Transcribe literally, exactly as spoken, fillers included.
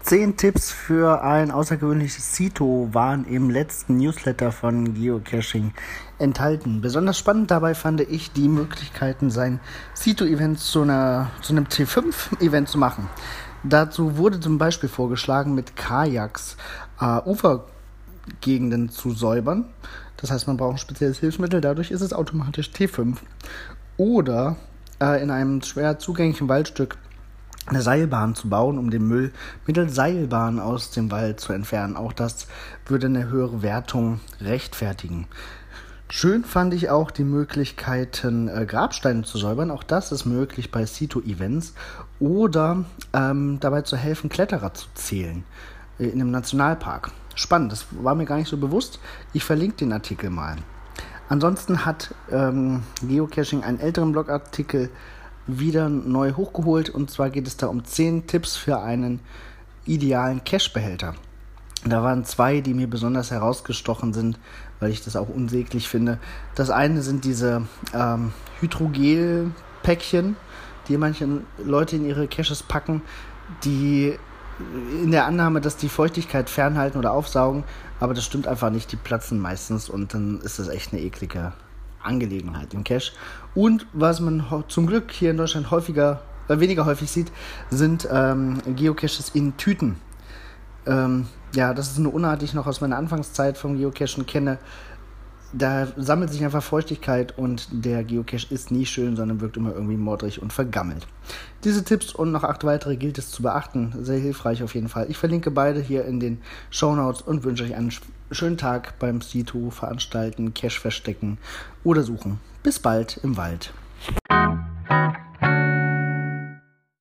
Zehn Tipps für ein außergewöhnliches Sito waren im letzten Newsletter von Geocaching enthalten. Besonders spannend dabei fand ich die Möglichkeiten, sein Sito-Event zu, einer, zu einem T fünf Event zu machen. Dazu wurde zum Beispiel vorgeschlagen, mit Kajaks äh, Ufergegenden zu säubern. Das heißt, man braucht ein spezielles Hilfsmittel, dadurch ist es automatisch T fünf. Oder äh, in einem schwer zugänglichen Waldstück eine Seilbahn zu bauen, um den Müll mittels Seilbahn aus dem Wald zu entfernen. Auch das würde eine höhere Wertung rechtfertigen. Schön fand ich auch die Möglichkeiten, äh, Grabsteine zu säubern. Auch das ist möglich bei Sito-Events. Oder ähm, dabei zu helfen, Kletterer zu zählen äh, in einem Nationalpark. Spannend, das war mir gar nicht so bewusst. Ich verlinke den Artikel mal. Ansonsten hat ähm, Geocaching einen älteren Blogartikel wieder neu hochgeholt, und zwar geht es da um zehn Tipps für einen idealen Cache-Behälter. Da waren zwei, die mir besonders herausgestochen sind, weil ich das auch unsäglich finde. Das eine sind diese ähm, Hydrogel-Päckchen, die manche Leute in ihre Caches packen, die in der Annahme, dass die Feuchtigkeit fernhalten oder aufsaugen, aber das stimmt einfach nicht, die platzen meistens und dann ist das echt eine eklige Angelegenheit im Cache. Und was man ho- zum Glück hier in Deutschland häufiger, äh, weniger häufig sieht, sind ähm, Geocaches in Tüten. Ähm, ja, das ist eine Unart, die ich noch aus meiner Anfangszeit vom Geocachen kenne. Da sammelt sich einfach Feuchtigkeit und der Geocache ist nie schön, sondern wirkt immer irgendwie modrig und vergammelt. Diese Tipps und noch acht weitere gilt es zu beachten. Sehr hilfreich auf jeden Fall. Ich verlinke beide hier in den Shownotes und wünsche euch einen schönen Tag beim Sito veranstalten, Cache verstecken oder suchen. Bis bald im Wald.